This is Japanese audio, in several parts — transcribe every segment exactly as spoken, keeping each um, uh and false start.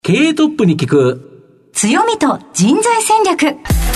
経営トップに聞く強みと人材戦略。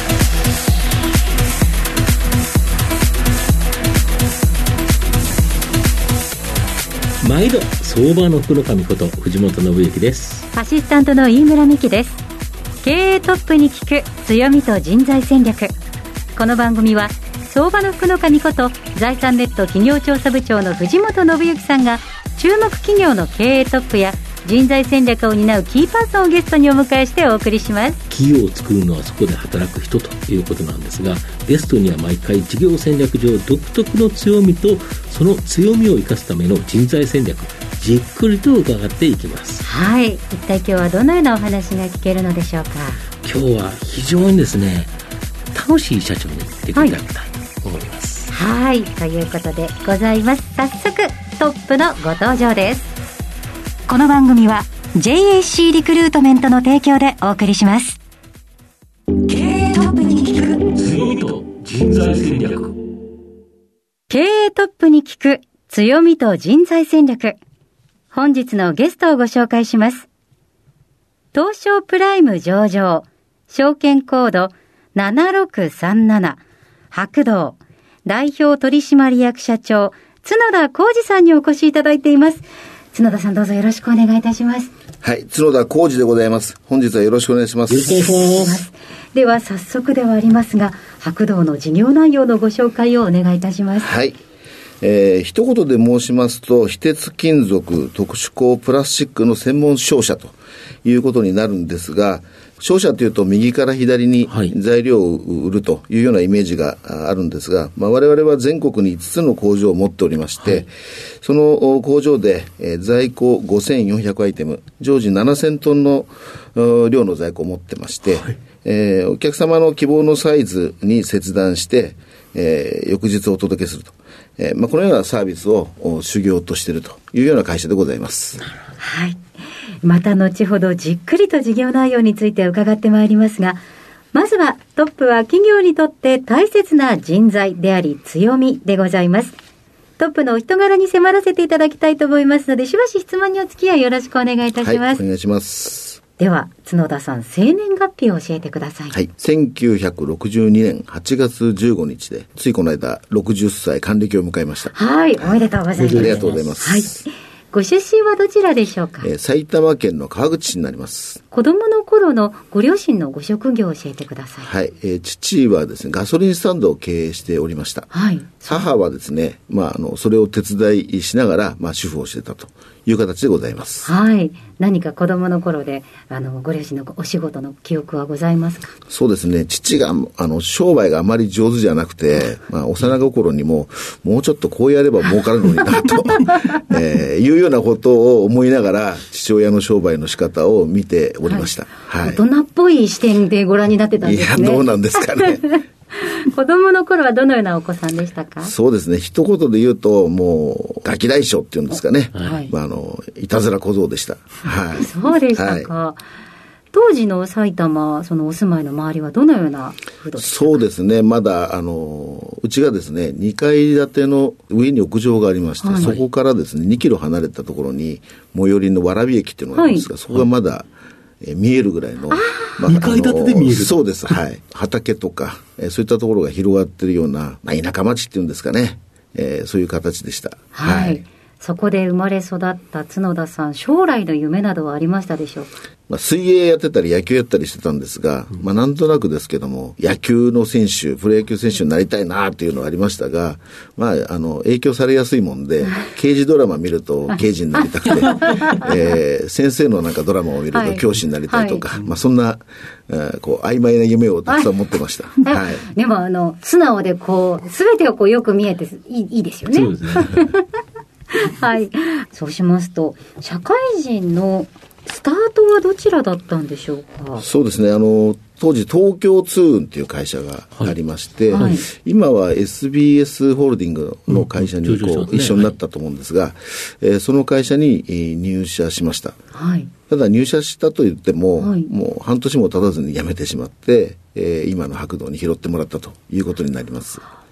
毎度相場の福の神こと藤本信之です。 アシスタントの飯村美希です。経営トップに聞く強みと人材戦略。この番組は相場の福の神こと財産ネット企業調査部長の藤本信之さんが注目企業の経営トップや人材戦略を担うキーパーソンをゲストにお迎えしてお送りします。 企業を作るのはそこで働く人ということなんですが、ゲストには毎回事業戦略上独特の強みとその強みを生かすための人材戦略、じっくりと伺っていきます。 はい、一体今日はどのようなお話が聞けるのでしょうか。 今日は非常にですね楽しい社長に来ていただきたいと思います。 はい、はい、ということでございます。早速トップのご登場です。 この番組は ジェイエーシー リクルートメントの提供でお送りします。経営トップに聞く強みと人材戦略。 経営トップに聞く強みと人材戦略。本日のゲストをご紹介します。東証プライム上場、証券コードななろくさんなな、白道代表取締役社長角田浩二さんにお越しいただいています。角田さん、どうぞよろしくお願いいたします。 はい、角田浩二でございます。本日はよろしくお願いします。 よろしくお願いします。 では早速ではありますが、白道の事業内容のご紹介をお願いいたします。 はい、えー、一言で申しますと、非鉄金属特殊鋼プラスチックの専門商社ということになるんですが、商社というと右から左に材料を売るというようなイメージがあるんですが、まあ、我々は全国にいつつの工場を持っておりまして、はい、その工場で、えー、在庫ごせんよんひゃくアイテム、常時ななせんトンの量の在庫を持ってまして、はい、えー、お客様の希望のサイズに切断して、えー、翌日お届けすると、えーまあ、このようなサービスを修行としているというような会社でございます。 はい、また後ほどじっくりと事業内容について伺ってまいりますが、まずはトップは企業にとって大切な人材であり強みでございます。トップのお人柄に迫らせていただきたいと思いますので、しばし質問にお付き合いよろしくお願いいたします。 はい、お願いします。 では角田さん、生年月日を教えてください。 はい、せんきゅうひゃくろくじゅうにねんはちがつじゅうごにちで、ついこの間ろくじゅっさい還暦を迎えました。 はい、おめでとうございます。 ありがとうございます。 はい、ご出身はどちらでしょうか。 えー、埼玉県の川口市になります。 子供の頃のご両親のご職業を教えてください。 はい、えー、父はですねガソリンスタンドを経営しておりました。はい、母はですね、まあ、あのそれを手伝いしながら、まあ、主婦をしてたという形でございます。 はい、何か子供の頃であのご両親のお仕事の記憶はございますか。 そうですね、父があの商売があまり上手じゃなくて、まあ、幼心にももうちょっとこうやれば儲かるのになと、えー、いうようなことを思いながら父親の商売の仕方を見ておりました。 はいはい、大人っぽい視点でご覧になってたんですね。 いや、どうなんですかね。 子供の頃はどのようなお子さんでしたか。 そうですね、一言で言うともうガキ大将っていうんですかね、はい、まあ、あのいたずら小僧でした。はい、 そうでしたか。はい、当時の埼玉、そのお住まいの周りはどのような風土でしたか。 そうですね、まだあのうちがですねにかい建ての上に屋上がありまして、はい、そこからですねにキロ離れたところに最寄りの蕨駅っていうのがあるんですが、はい、そこがまだえ見えるぐらいの、まあ、 にかい建てで見える。 そうです、はい、畑とか、えー、そういったところが広がってるような、まあ、田舎町っていうんですかね、えー、そういう形でした。 はい、はい、そこで生まれ育った角田さん、将来の夢などはありましたでしょうか。 まあ、水泳やってたり野球やったりしてたんですが、まあ、なんとなくですけども野球の選手、プロ野球選手になりたいなっていうのはありましたが、まあ、あの影響されやすいもんで刑事ドラマ見ると刑事になりたくて、えー、先生のなんかドラマを見ると教師になりたいとか、はいはい、まあ、そんな、えー、こう曖昧な夢をたくさん持ってました。はいはい、 でもあの素直でこう全てをこうよく見えていい、いいですよね。 そうですね。 はい、そうしますと社会人のスタートはどちらだったんでしょうか。 そうですね、あの当時東京通運という会社がありまして、はいはい、今は エスビーエス ホールディングの会社にこう、うんね、一緒になったと思うんですが、はい、えー、その会社に入社しました。はい、ただ入社したといっても、はい、もう半年も経たずに辞めてしまって、えー、今の白道に拾ってもらったということになります。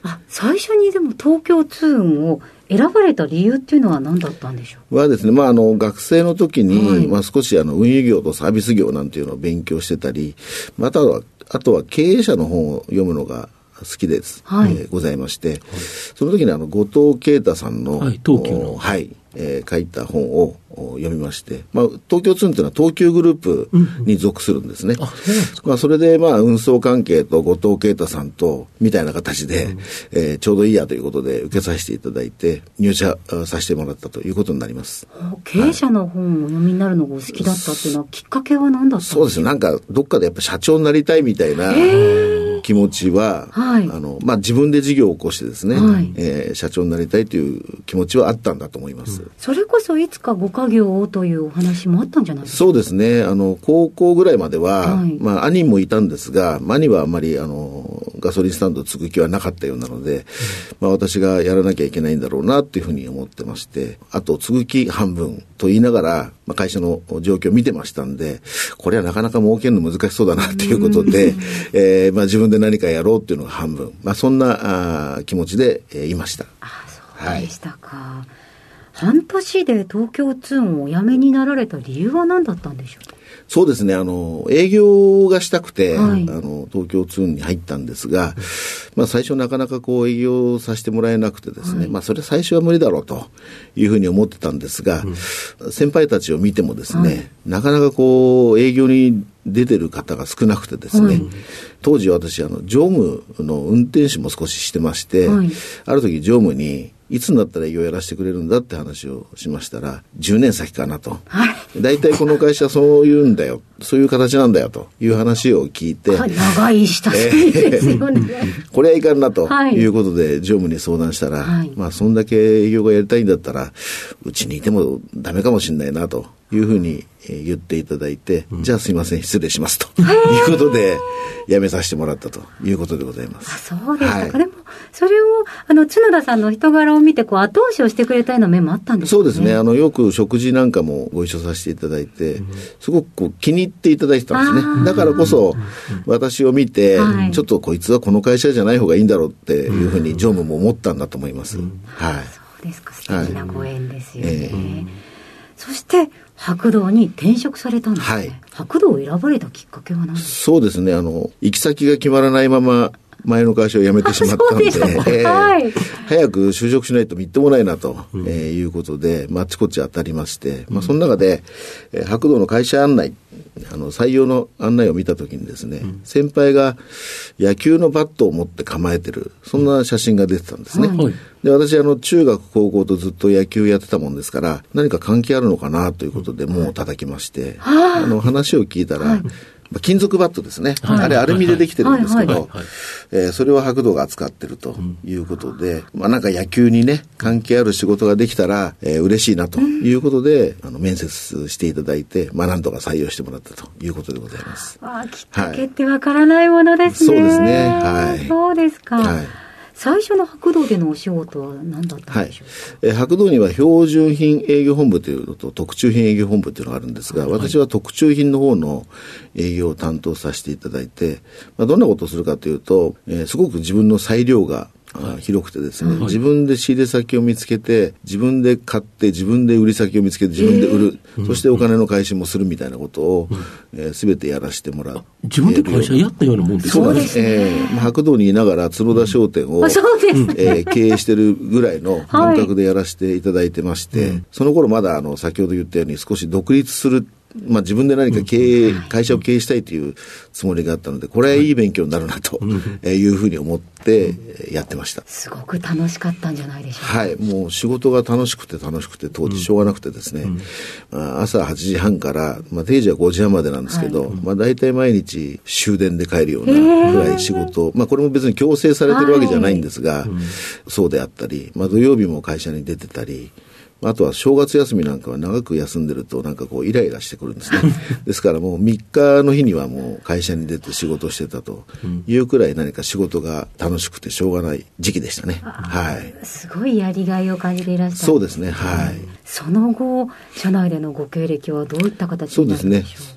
あ、最初にでも東京通運を選ばれた理由っていうのは何だったんでしょう。 はですね、まあ、あの学生の時に、 はい、 まあ、少しあの運輸業とサービス業なんていうのを勉強してたり、またはあとは経営者の本を読むのが好きです、はい、えー、ございまして、はい、その時にあの後藤啓太さんの、 はい、東急の、 はい、えー、書いた本を読みまして、まあ、東京通運というのは東急グループに属するんですね。うん、あ、そうなんですか。まあ、それでまあ運送関係と後藤啓太さんとみたいな形で、うん、えー、ちょうどいいやということで受けさせていただいて入社させてもらったということになります。 経営者の本をお読みになるのがお好きだったっていうのは、はい、きっかけは何だったんですか。 そうですね、なんかどっかでやっぱ社長になりたいみたいな気持ちは、はい、あのまあ、自分で事業を起こしてですね、はい、えー、社長になりたいという気持ちはあったんだと思います。うん、 それこそいつかご家業をというお話もあったんじゃないですか。 そうですね、あの高校ぐらいまでは、はい、まあ、兄もいたんですが、兄はあまりあのガソリンスタンドを継ぐ気はなかったようなので、うん、まあ、私がやらなきゃいけないんだろうなというふうに思ってまして、あと継ぐ気半分と言いながら、まあ、会社の状況を見てましたんで、これはなかなか儲けるの難しそうだなということで、えーまあ、自分で何かやろうというのが半分、まあ、そんなあ気持ちで、えー、いました。 あ、そうでしたか。はい、半年で東京通運をお辞めになられた理由は何だったんでしょうか。 そうですね、あの営業がしたくて、はい、あの東京通運に入ったんですが、まあ、最初なかなかこう営業させてもらえなくてですね、はい、まあ、それ最初は無理だろうというふうに思ってたんですが、うん、先輩たちを見てもですね、はい、なかなかこう営業に出てる方が少なくてですね、はい、当時私あの乗務の運転手も少ししてまして、はい、ある時乗務にいつになったら営業やらせてくれるんだって話をしましたら、じゅうねん先かなと、はい、だいたいこの会社そういうんだよ、そういう形なんだよという話を聞いて、 はい、長い親しみですよね、えー、これはいかんなということで乗務に相談したら、はい、まあ、そんだけ営業がやりたいんだったらうちにいてもダメかもしれないなというふうに言っていただいて、うん、じゃあすいません失礼しますということで辞めさせてもらったということでございます。 あ、そうですか、はい、でもそれをあの角田さんの人柄を見てこう後押しをしてくれたような面もあったんですかね。 そうですね、あのよく食事なんかもご一緒させていただいて、うん、すごくこう気に入っていただいてたんですね。だからこそ私を見て、はい、ちょっとこいつはこの会社じゃない方がいいんだろうっていうふうに常務も思ったんだと思います。うん、はい、 そうですか、素敵なご縁ですよね。はい、えー、そして白道に転職されたんですね。はい、白道を選ばれたきっかけは何ですか。 そうですね、あの行き先が決まらないまま前の会社を辞めてしまったので、えーはい、早く就職しないとみっともないなと、うん、えー、いうことで、まあ、あちこち当たりまして、まあ、その中で、えー、白道の会社案内、あの採用の案内を見たときにですね、うん、先輩が野球のバットを持って構えてる、そんな写真が出てたんですね。はい、で私あの中学高校とずっと野球やってたもんですから、何か関係あるのかなということでもう叩きまして、はい、あの話を聞いたら、はい、金属バットですね、はい、あれアルミでできてるんですけど、えー、それを白道が扱ってるということで、うん、まあ、なんか野球にね関係ある仕事ができたら、えー、嬉しいなということで、うん、あの面接していただいて、まあ、なんとか採用してもらったということでございます。 あ、きっかけってわからないものですね。 はい、そうですね、はい、 そうですか。はい、最初の白道でのお仕事は何だったんでしょうか。 はい、えー、白道には標準品営業本部というのと特注品営業本部というのがあるんですが、はい、私は特注品の方の営業を担当させていただいて、まあ、どんなことをするかというと、えー、すごく自分の裁量が広くてですね、はい、自分で仕入れ先を見つけて、自分で買って自分で売り先を見つけて自分で売る、えー、そしてお金の回収もするみたいなことを、うん、えー、全てやらせてもらう。 自分で会社やったようなもんですね。 そうですね、えーまあ、白道にいながら角田商店を、うん、そうですね、えー、経営してるぐらいの感覚でやらせていただいてまして、はい、その頃まだあの先ほど言ったように少し独立する、まあ、自分で何か経営、うん、会社を経営したいというつもりがあったので、これはいい勉強になるなというふうに思ってやってました。 すごく楽しかったんじゃないでしょうか。 はい、もう仕事が楽しくて楽しくて当時しょうがなくてですね、うん、まあ、朝はちじはんから、まあ、定時はごじはんまでなんですけど、はい、まあ、大体毎日終電で帰るようなぐらい仕事、まあ、これも別に強制されてるわけじゃないんですが、はい、そうであったり、まあ、土曜日も会社に出てたり、あとは正月休みなんかは長く休んでるとなんかこうイライラしてくるんですね。ですからもうみっかの日にはもう会社に出て仕事してたというくらい何か仕事が楽しくてしょうがない時期でしたね。はい。 すごいやりがいを感じていらっしゃるんですね。 そうですね。はい。 その後社内でのご経歴はどういった形になるんでしょう。そうですね。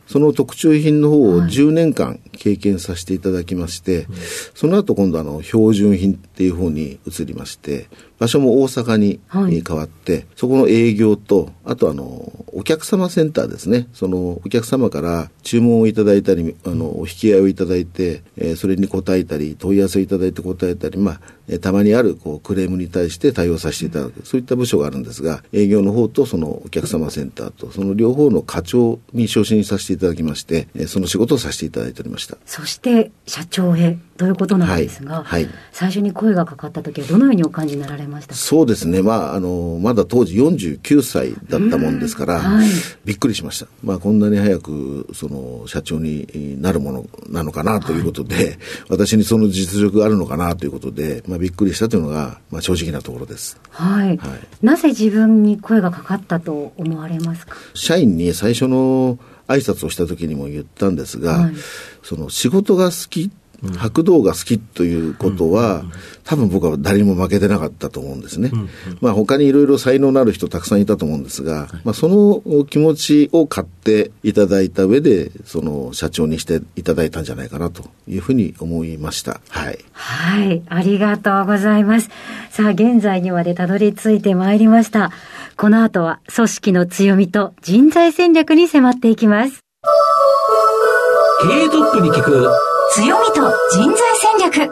その特注品の方をじゅうねんかん経験させていただきまして、はい、その後今度あの標準品っていう方に移りまして、場所も大阪に変わって、はい、そこの営業と、あとあのお客様センターですね、そのお客様から注文をいただいたり、あのお引き合いをいただいて、えー、それに応えたり、問い合わせをいただいて答えたり、まあ、えー、たまにあるこうクレームに対して対応させていただく、そういった部署があるんですが、営業の方とそのお客様センターと、その両方の課長に昇進させていただきまして、えー、その仕事をさせていただいておりました。 そして社長へということなんですが、はいはい、最初に声がかかった時はどのようにお感じになられましたか？ そうですね、まあ、あのまだ当時よんじゅうきゅうさいだったもんですから、はい、びっくりしました。まあ、こんなに早くその社長になるものなのかなということで、はい、私にその実力があるのかなということで、まあ、びっくりしたというのが、まあ、正直なところです。 はい、はい、なぜ自分に声がかかったと思われますか？ 社員に最初の挨拶をした時にも言ったんですが、はい、その仕事が好き、白道が好きということは、うん、多分僕は誰にも負けてなかったと思うんですね、うんうん、まあ、他にいろいろ才能のある人たくさんいたと思うんですが、はい、まあ、その気持ちを買っていただいた上でその社長にしていただいたんじゃないかなというふうに思いました。はい、 はい、ありがとうございます。さあ、現在にまでたどり着いてまいりました。この後は組織の強みと人材戦略に迫っていきます。 経営トップに聞く強みと人材戦略。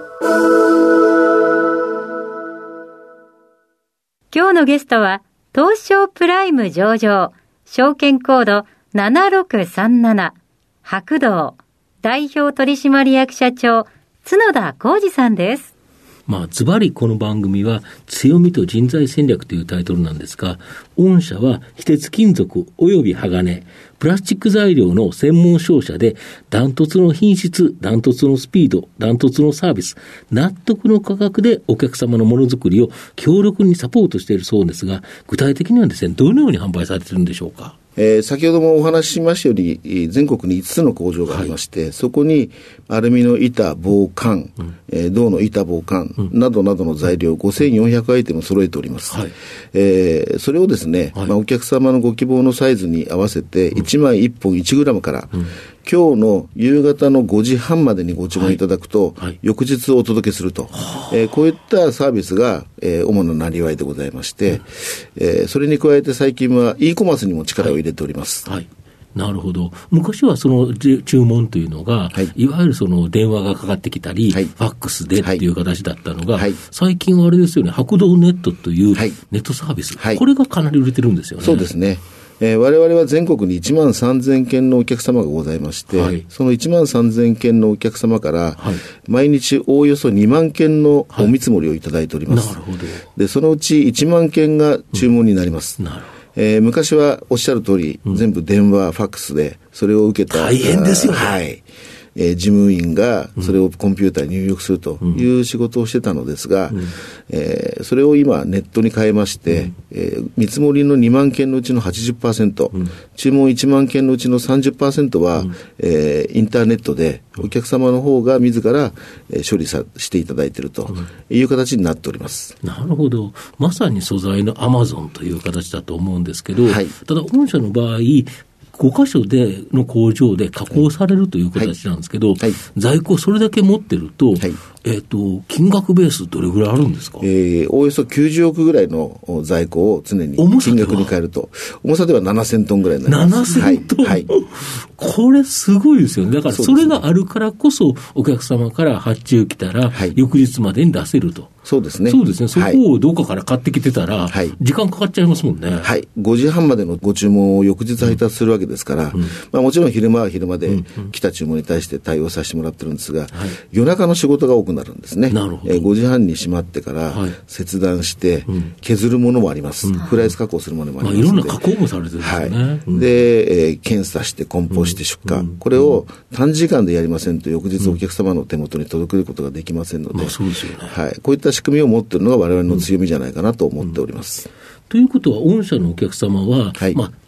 今日のゲストは東証プライム上場証券コードななろくさんなな白道代表取締役社長角田浩二さんです。 まあ、ズバリこの番組は強みと人材戦略というタイトルなんですが、御社は非鉄金属及び鋼、プラスチック材料の専門商社で、ダントツの品質、ダントツのスピード、ダントツのサービス、納得の価格でお客様のものづくりを強力にサポートしているそうですが、具体的にはですね、どのように販売されているんでしょうか？ えー、先ほどもお話ししましたより、全国にいつつの工場がありまして、はい、そこにアルミの板、棒、管、うん、えー、銅の板、棒、管、うん、などなどの材料ごせんよんひゃくアイテム揃えております。はい、えー、それをですね、はい、まあ、お客様のご希望のサイズに合わせていちまいいっぽんいちグラムから、うん、今日の夕方のごじはんまでにご注文いただくと、はいはい、翌日お届けすると、えー、こういったサービスが、えー、主ななりわいでございまして、うん、えー、それに加えて最近は e コマースにも力を入れております。 はいはい、なるほど。昔はその注文というのが、はい、いわゆるその電話がかかってきたり、はい、ファックスでっていう形だったのが、はい、最近はあれですよね、白道ネットというネットサービス、はい、これがかなり売れてるんですよね。 そうですね。えー、我々は全国にいちまんさんぜんけんのお客様がございまして、はい、そのいちまんさんぜんけんのお客様から、はい、毎日おおよそにまんけんのお見積もりをいただいております。はい、なるほど。で、そのうちいちまんけんが注文になります。うん、なるほど。えー、昔はおっしゃる通り、うん、全部電話、ファックスでそれを受けた。 大変ですよね。 はい。えー、事務員がそれをコンピューターに入力するという仕事をしてたのですが、うん、えー、それを今ネットに変えまして、うん、えー、見積もりのにまんけんのうちの はちじゅっパーセント、うん、注文いちまんけんのうちの さんじゅっパーセント は、うん、えー、インターネットでお客様の方が自ら、えー、処理さしていただいているという形になっております。 うん、なるほど。まさに素材のアマゾンという形だと思うんですけど、はい、ただ御社の場合ごかしょでの工場で加工されるという形なんですけど、はいはい、在庫それだけ持ってると、はい、えーと、金額ベースどれぐらいあるんですか？ えー、おおよそきゅうじゅうおくぐらいの在庫を常に金額に変えると、重さではななせんトンぐらいになります。 ななせんトン、はいはい、これすごいですよね。だからそれがあるからこそお客様から発注来たら、はい、翌日までに出せると。 そうですね。 そうですね。そこをどっかから買ってきてたら、はい、時間かかっちゃいますもんね。 はい。ごじはんまでのご注文を翌日配達するわけですから、うん、まあ、もちろん昼間は昼間で来た注文に対して対応させてもらってるんですが、はい、夜中の仕事が多くなるんですね。なるほど。えー、ごじはんに閉まってから切断して、はい、削るものもあります。うん、フライス加工するものもありますので、 まあ、いろんな加工もされてるんですよね。はい。 うん、で、えー、検査して梱包して出荷、うん、これを短時間でやりませんと翌日お客様の手元に届けることができませんので、まあ、そうですよね。はい。こういった仕組みを持っているのが我々の強みじゃないかなと思っております。 うん、ということは御社のお客様は、はい、まあ、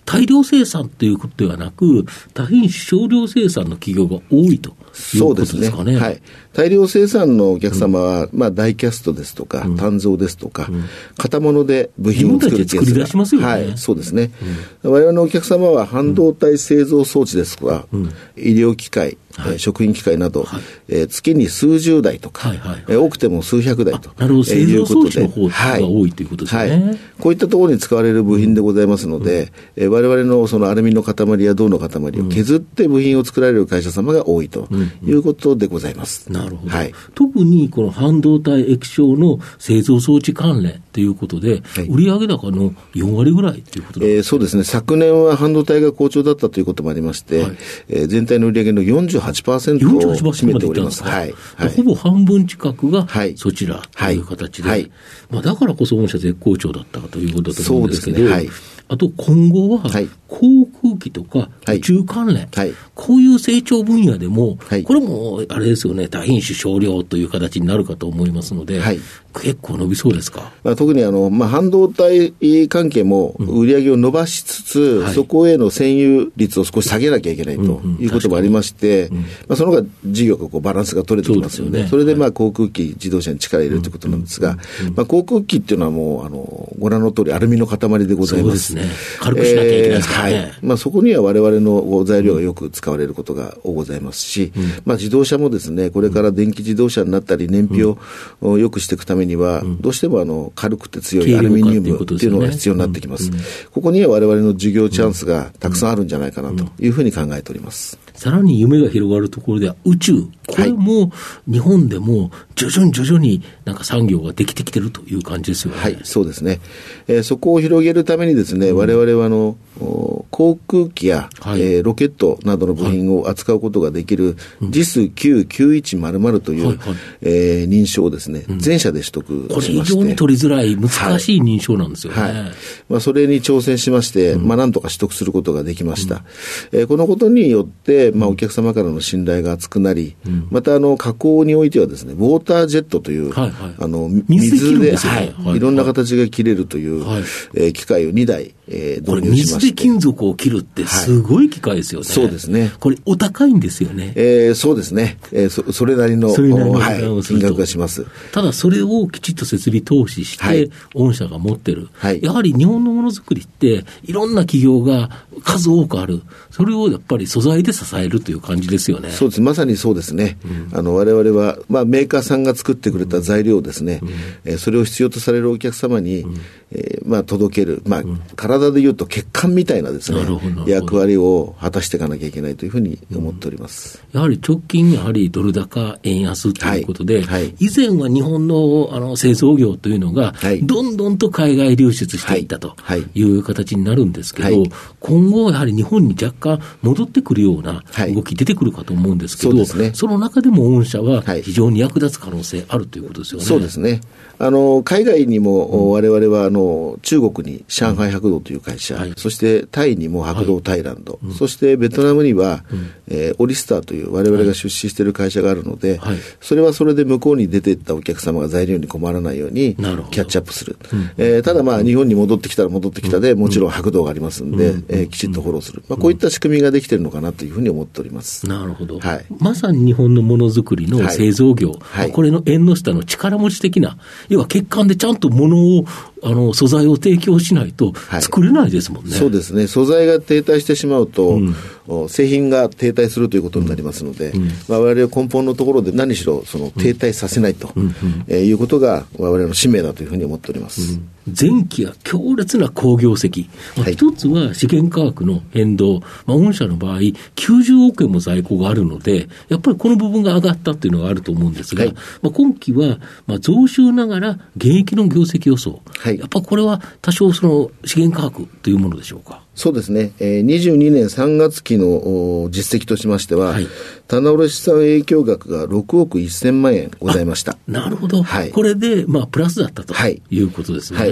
大量生産ということではなく、多品種少量生産の企業が多いということですかね。 そうですね。はい。大量生産のお客様は、うん、まあ、ダイキャストですとか、うん、単造ですとか、うん、型物で部品を作るケースが。 自分たちで作り出しますよね。 はい、そうですね。うん、我々のお客様は半導体製造装置ですとか、うん、医療機械、はい、食品機械など、はい、えー、月に数十台とか、はいはいはい、えー、多くても数百台と。 なるほど、製造装置の方が多いということですね。はいはい、 こういったところに使われる部品でございますので、うん、えー、我々のそのアルミの塊や銅の塊を削って部品を作られる会社様が多いということでございます。 うんうん、なるほど。はい、特にこの半導体液晶の製造装置関連ということで、はい、売上高のよんわりぐらいということですね。 えー、そうですね。昨年は半導体が好調だったということもありまして、はい、えー、全体の売上の よんじゅうはちパーセント を占めております。はいはい、 ほぼ半分近くがそちらという形で、はいはい、まあ、だからこそ御社絶好調だったということだと思うんですけど、そうですね。はい、あと今後は航空機とか宇宙関連、はいはい、こういう成長分野でも、はい、これもあれですよね、多品種少量という形になるかと思いますので、はい、結構伸びそうですか。 まあ、特にあの、まあ、半導体関係も売り上げを伸ばしつつ、うん、そこへの占有率を少し下げなきゃいけないということもありまして、うんうん、まあ、その方が事業がこうバランスが取れてきますよね。 そ, よね、それでまあ航空機、自動車に力を入れるということなんですが、うんうん、まあ、航空機っていうのはもうあのご覧の通りアルミの塊でございます。 そうですね、軽くしなきゃいけないですからね。えーはい、 まあ、そこには我々の材料がよく使われることがございますし、うん、まあ、自動車もですね、これから電気自動車になったり燃費を良くしていくためには、うん、どうしてもあの軽くて強いアルミニウムっていうのが必要になってきます。うんうん、ここには我々の事業チャンスがたくさんあるんじゃないかなというふうに考えております。 さらに夢が広がるところでは宇宙、これも日本でも徐々に徐々になんか産業ができてきてるという感じですよね。 はい、そうですね。えー、そこを広げるためにですね、うん、我々はあの航空機や、はい、えー、ロケットなどの部品を扱うことができる ジスきゅうきゅういちまるまる という、はいはい、えー、認証をですね、うん、全社で取得しまして、これ非常に取りづらい難しい認証なんですよね。はいはい、 まあ、それに挑戦しまして、うん、まあ、なんとか取得することができました。うん、えー、このことによって、まあ、お客様からの信頼が厚くなり、うん、またあの加工においてはですね、ウォータージェットという、はいはい、あの水で、はい、はい、いろんな形が切れるという、はい、えー、機械をにだい、えー、導入しまして、これ水で金属を切るってすごい機械ですよね。 はい、そうですね。 これお高いんですよね。 えー、そうですね。えー、そ, それなりの、それなりの、はい、金額がします。 ただそれをきちっと設備投資して、はい、御社が持ってる、はい、やはり日本のものづくりっていろんな企業が数多くある、それをやっぱり素材で支えるという感じですよね。 そうです。まさにそうですね。うん、あの我々は、まあ、メーカーさんが作ってくれた材料をですね、うん、えー、それを必要とされるお客様に、うん、えーまあ、届ける、まあ、うん、体でいうと血管みたいなですね、役割を果たしていかなきゃいけないというふうに思っております。 うん、やはり直近やはりドル高円安ということで、はいはい、以前は日本の、あの製造業というのが、はい、どんどんと海外流出していったという形になるんですけど、はいはい、今後やはり日本に若干戻ってくるような動き出てくるかと思うんですけど、はい、そうですね、その中でも御社は非常に役立つ可能性あるということですよね。 そうですね。あの海外にも我々はあの中国に上海白銅という会社、うん、はい、そしてタイにも白銅タイランド、はい、そしてベトナムには、うん、えー、オリスターという我々が出資している会社があるので、はい、それはそれで向こうに出ていったお客様が材料に困らないようにキャッチアップする、うん、えー、ただまあ日本に戻ってきたら戻ってきたで、うん、もちろん白銅がありますので、うん、えー、きちっとフォローする、まあ、こういった仕組みができているのかなというふうに思っております。 なるほど、はい、まさに日本のものづくりの製造業、はいはい、これの縁の下の力持ち的な、要は血管でちゃんとものをあの素材を提供しないと作れないですもんね。 はい、そうですね。素材が停滞してしまうと、うん、製品が停滞するということになりますので、うん、まあ、我々は根本のところで何しろその停滞させないと、うん、えー、いうことが我々の使命だというふうに思っております。うん、 前期は強烈な好業績、まあ、一つは資源価格の変動、まあ、御社の場合きゅうじゅうおくえんも在庫があるので、やっぱりこの部分が上がったっていうのがあると思うんですが、はい、まあ、今期はまあ増収ながら現役の業績予想、はい、やっぱりこれは多少その資源価格というものでしょうか。 そうですね、えー、にじゅうにねんさんがつきの実績としましては、はい、棚卸資産影響額がろくおくせんまんえんございました。 なるほど、はい、これで、まあ、プラスだったということですね。はい、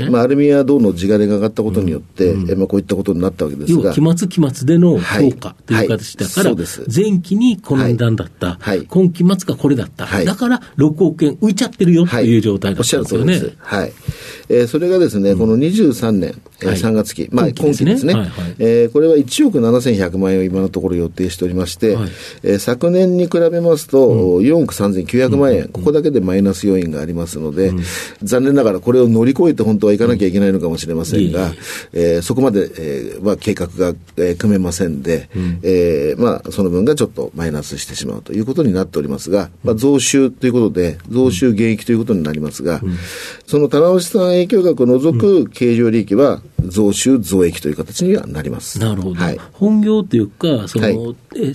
で、まあ、アルミや銅の地金が上がったことによって、うんうん、まあ、こういったことになったわけですが、 要は期末期末での評価という形だから、はいはい、前期にこの値段だった、はい、今期末がこれだった、はい、だからろくおくえん浮いちゃってるよという状態だったんですよね。 はい、おっしゃる通りです。はい。えー、それがですね、うん、このにじゅうさんねん、えー、さんがつ期、まあ、今期ですね、はいはい、えー、これはいちおくななせんひゃくまんえんを今のところ予定しておりまして、はい、えー、昨年に比べますと、うん、よんおくさんぜんきゅうひゃくまんえん、うん、ここだけでマイナス要因がありますので、うん、残念ながらこれを乗り越えて本当はいかなきゃいけないのかもしれませんが、うん、えー、そこまで、えーまあ、計画が、えー、組めませんで、うん、えーまあ、その分がちょっとマイナスしてしまうということになっておりますが、まあ、増収ということで増収減益ということになりますが、うん、その棚卸資産影響額を除く経常利益は増収増益という形にはなります。 なるほど、はい、本業というかその、はい、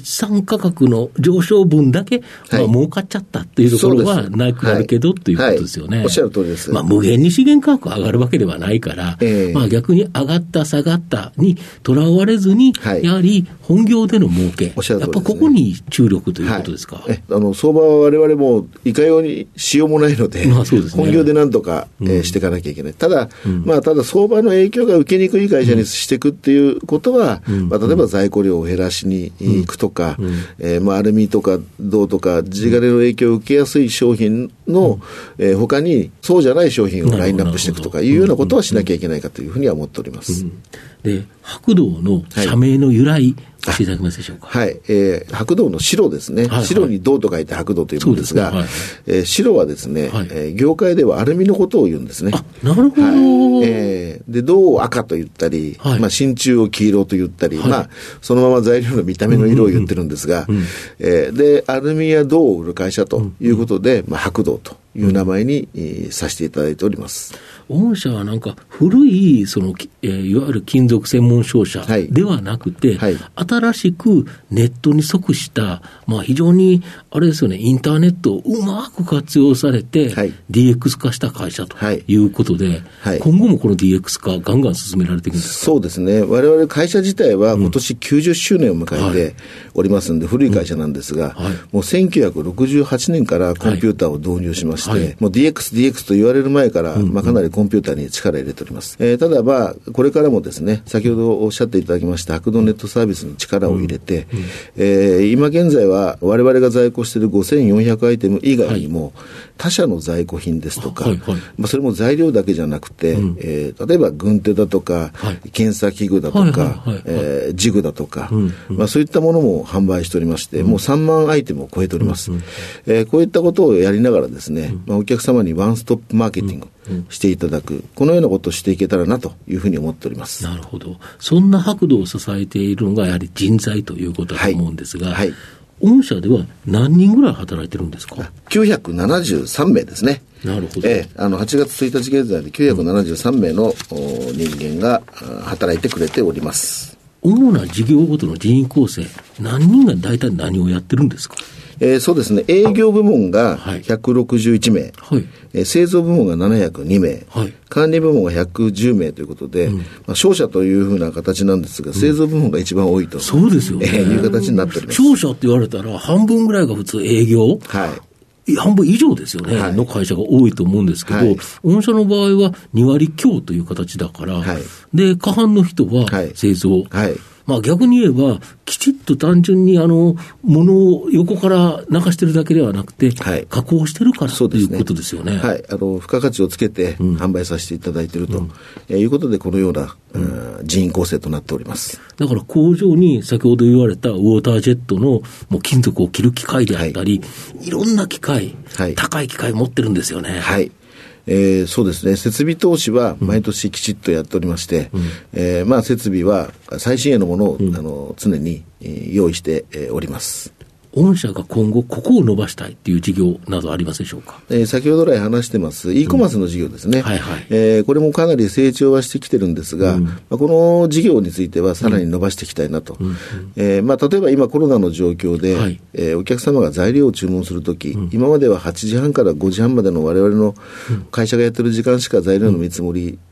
資産価格の上昇分だけ、まあ、儲かっちゃったっていうところはなくなるけど、はい、ということですよね、はい、 おっしゃる通りです。 まあ、無限に資源価格が上がるわけではないから、えーまあ、逆に上がった下がったにとらわれずに、はい、やはり本業での儲け、おっしゃる通りですね、やっぱここに注力ということですか。 はい、えあの相場は我々もいかようにしようもないので、まあそうですね、本業でなんとか、えー、していかなきゃいけない。ただ、うんまあ、ただ相場の影響が受けにくい会社にしていくっていうことは、うんまあ、例えば在庫量を減らしに行くとか、うんうんえーまあ、アルミとか銅とか地金の影響を受けやすい商品の、うんえー、他にそうじゃない商品をラインナップしていくとかいうようなことはしなきゃいけないかというふうには思っております。うんで白銅の社名の由来、はい、教えていただけますでしょうか。 はい、えー、白銅の白ですね、はいはい、白に銅と書いて白銅というものですが、す、ねはいえー、白はですね、はいえー、業界ではアルミのことを言うんですね。 あ、なるほど、はいえー、で銅を赤と言ったり、はいまあ、真鍮を黄色と言ったり、はいまあ、そのまま材料の見た目の色を言ってるんですが、うんうんうんえー、でアルミや銅を売る会社ということで、うんうんまあ、白銅という名前に、えー、させていただいております。 御社はなんか古いその、えー、いわゆる金属専門商社ではなくて、はいはい、新しくネットに即した、まあ、非常にあれですよね、インターネットをうまく活用されて、はい、ディーエックス 化した会社ということで、はいはい、今後もこの ディーエックス 化ガンガン進められていくんですか。 そうですね、我々会社自体は今年きゅうじゅっしゅうねんを迎えておりますので、うん、古い会社なんですが、うんはい、もうせんきゅうひゃくろくじゅうはちねんからコンピューターを導入しまして、はい、もう ディーエックス、ディーエックス と言われる前から、うんまあ、かなりコンピューターに力を入れております、えー、ただまあこれからもですね、先ほどおっしゃっていただきました白銅ネットサービスに力を入れて、うんうんえー、今現在は我々が在庫しているごせんよんひゃくアイテム以外にも、はい、他社の在庫品ですとか、はいはいまあ、それも材料だけじゃなくて、うんえー、例えば軍手だとか、はい、検査器具だとかジグだとか、うんうんまあ、そういったものも販売しておりまして、うん、もうさんまんアイテムを超えております、うんうんえー、こういったことをやりながらですね、うんまあ、お客様にワンストップマーケティングしていただく、このようなことをしていけたらなというふうに思っております。 なるほど。そんな白銅を支えているのがやはり人材ということだと思うんですが、はいはい御社では何人ぐらい働いてるんですか。 きゅうひゃくななじゅうさんめいですね。 なるほど、 えー、あのはちがつついたち現在できゅうひゃくななじゅうさんめいの、うん、人間が働いてくれております。 主な事業ごとの人員構成、何人が大体何をやってるんですか。 えー、そうですね、営業部門がひゃくろくじゅういちめい、はいえー、製造部門がななひゃくにめい、はい、管理部門がひゃくじゅうめいということで、うんまあ、商社というふうな形なんですが、製造部門が一番多いと、うん、 そうですよね、 えー、いう形になっております。 商社って言われたら半分ぐらいが普通営業、はい半分以上ですよね、はい、の会社が多いと思うんですけど、はい、御社の場合はにわり強という形だから、はい、で過半の人は製造、はいはいまあ、逆に言えばきちっと単純にあの物を横から流してるだけではなくて、はい、加工してるからということですよね。 はい、あの付加価値をつけて販売させていただいていると、うんえー、いうことでこのような、うん、人員構成となっております。 だから工場に先ほど言われたウォータージェットのもう金属を切る機械であったり、はい、いろんな機械、はい、高い機械持ってるんですよね。 はいえー、そうですね、設備投資は毎年きちっとやっておりまして、うんえーまあ、設備は最新鋭のものを、うん、あの常に、えー、用意して、えー、おります。 御社が今後ここを伸ばしたいという事業などありますでしょうか。 えー、先ほど来話してます e コマースの事業ですね、うんはいはいえー、これもかなり成長はしてきてるんですが、うんまあ、この事業についてはさらに伸ばしていきたいなと、うんえーまあ、例えば今コロナの状況で、はいえー、お客様が材料を注文するとき、うん、今までははちじはんからごじはんまでの我々の会社がやってる時間しか材料の見積もり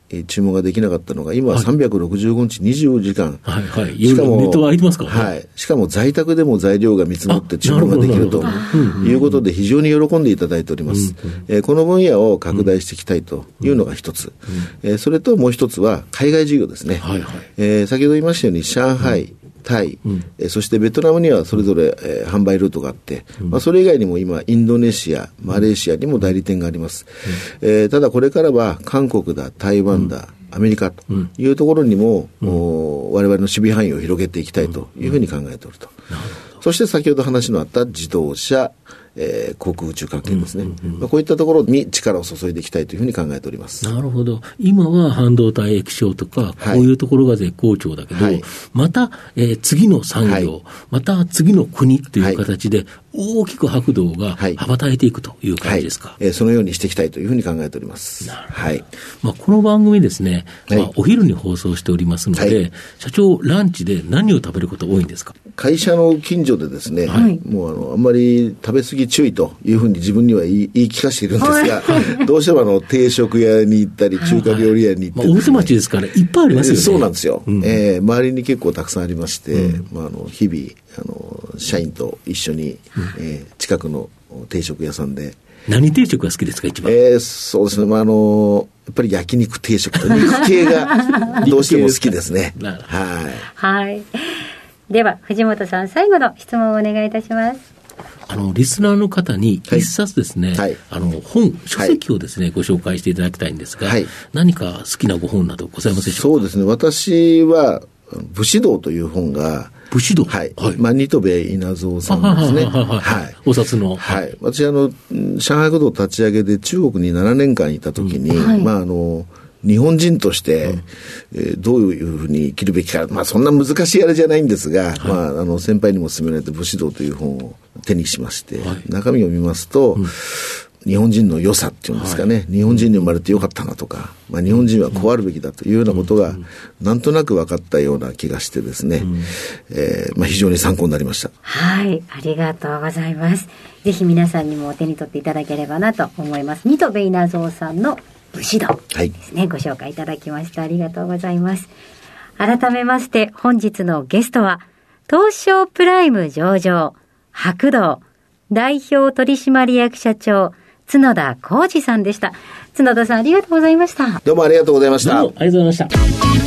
注文ができなかったのが、今はさんびゃくろくじゅうごにちにじゅうよじかん。 はいはい。しかも、ネットは空いてますからね。 はい。しかも在宅でも材料が見積もって注文ができるということで、非常に喜んでいただいております。うんうん、えー、この分野を拡大していきたいというのが一つ。うんうん、えー、それともう一つは、海外事業ですね。はいはい。えー、先ほど言いましたように、上海、うんタイ、うんえー、そしてベトナムにはそれぞれ、えー、販売ルートがあって、うんまあ、それ以外にも今インドネシア、マレーシアにも代理店があります、うんえー、ただこれからは韓国だ、台湾だ、うん、アメリカというところにも、うん、我々の守備範囲を広げていきたいというふうに考えておると、うんうん、そして先ほど話のあった自動車、えー、航空宇宙関係ですね、うんうんうんまあ、こういったところに力を注いでいきたいというふうに考えております。 なるほど。今は半導体液晶とかこういうところが絶好調だけど、はい、また、えー、次の産業、はい、また次の国という形で大きく白道が羽ばたいていくという感じですか。 はいはいえー、そのようにしていきたいというふうに考えております。 なるほど。はいまあ、この番組ですね、まあ、お昼に放送しておりますので、はい、社長ランチで何を食べること多いんですか？ 会社の近所でですね、はい、もうあのあんまり食べ過ぎ注意というふうに自分には言い、言い聞かせているんですが、はい、どうしてもあの定食屋に行ったり中華料理屋に行って、ね、 はいはいまあ、大手町ですからいっぱいありますよね。 そうなんですよ、うんえー、周りに結構たくさんありまして、うんまあ、あの日々あの社員と一緒に、うんえー、近くの定食屋さんで何定食が好きですか一番？ えー、そうですね、まあ、あのやっぱり焼肉定食と肉系がどうしても好きですね。はい、 はい、では藤本さん最後の質問をお願いいたします。 あのリスナーの方に一冊ですね、はい、あの本書籍をですね、はい、ご紹介していただきたいんですが、はい、何か好きなご本などございますでしょうか？ そうですね、私は武士道という本が武士道はい、はいまあ、新渡戸稲造さんですね。 はいはいはい、お札の、 はい、私あの上海武道立ち上げで中国にななねんかんいたときに、うんはいまああの日本人として、うんえー、どういうふうに生きるべきか、まあ、そんな難しいあれじゃないんですが、はいまあ、あの先輩にも勧められて武士道という本を手にしまして、はい、中身を見ますと、うん日本人の良さっていうんですかね、はい、日本人に生まれてよかったなとか、まあ、日本人はこうあるべきだというようなことがなんとなく分かったような気がしてですね、うんえーまあ、非常に参考になりました。 はい、ありがとうございます。ぜひ皆さんにも手に取っていただければなと思います。新渡戸稲造さんの武士道ですね、はい、ご紹介いただきました。ありがとうございます。改めまして本日のゲストは東証プライム上場白道代表取締役社長角田浩二さんでした。角田さんありがとうございました。 どうもありがとうございました。 どうもありがとうございました。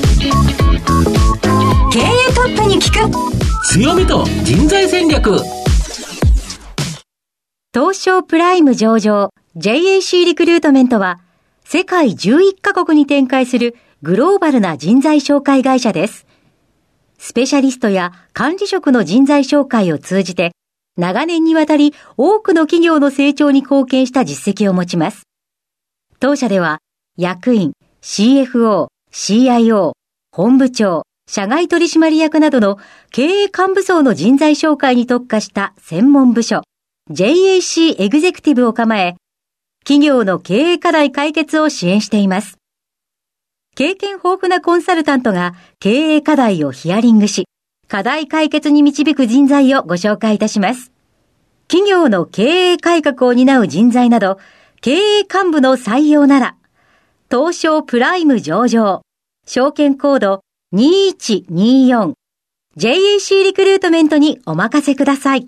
経営トップに聞く強みと人材戦略。 東証プライム上場 ジェイエーシー リクルートメントは世界じゅういっかこくに展開するグローバルな人材紹介会社です。スペシャリストや管理職の人材紹介を通じて長年にわたり多くの企業の成長に貢献した実績を持ちます。当社では役員、シーエフオー、シーアイオー、本部長、社外取締役などの経営幹部層の人材紹介に特化した専門部署 ジェイエーシー エグゼクティブを構え、企業の経営課題解決を支援しています。経験豊富なコンサルタントが経営課題をヒアリングし、課題解決に導く人材をご紹介いたします。企業の経営改革を担う人材など、経営幹部の採用なら、東証プライム上場、証券コードにいちによん、ジェイエーシー リクルートメントにお任せください。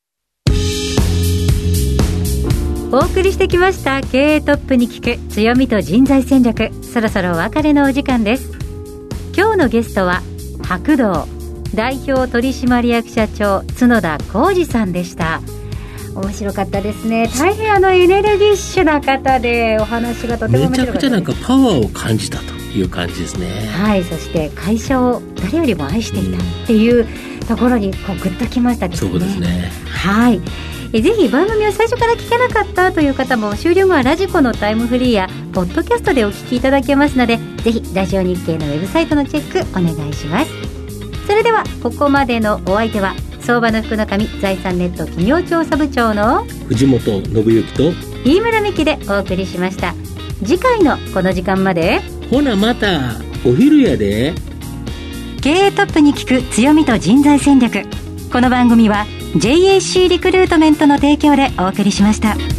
お送りしてきました経営トップに聞く強みと人材戦略、そろそろお別れのお時間です。今日のゲストは白道代表取締役社長角田浩二さんでした。面白かったですね。大変あのエネルギッシュな方でお話がとても面白かった。 めちゃくちゃなんかパワーを感じたという感じですね。 はい、そして会社を誰よりも愛していたっていうところにこうグッときましたですね。 そうですね。 はい、えぜひ番組を最初から聞けなかったという方も終了後はラジコのタイムフリーやポッドキャストでお聞きいただけますので、ぜひラジオ日経のウェブサイトのチェックお願いします。それではここまでのお相手は相場の福の神財産ネット企業調査部長の藤本信之と飯村美希でお送りしました。次回のこの時間までほなまたお昼やで。 経営トップに聞く強みと人材戦略。この番組は ジェイエーシー リクルートメントの提供でお送りしました。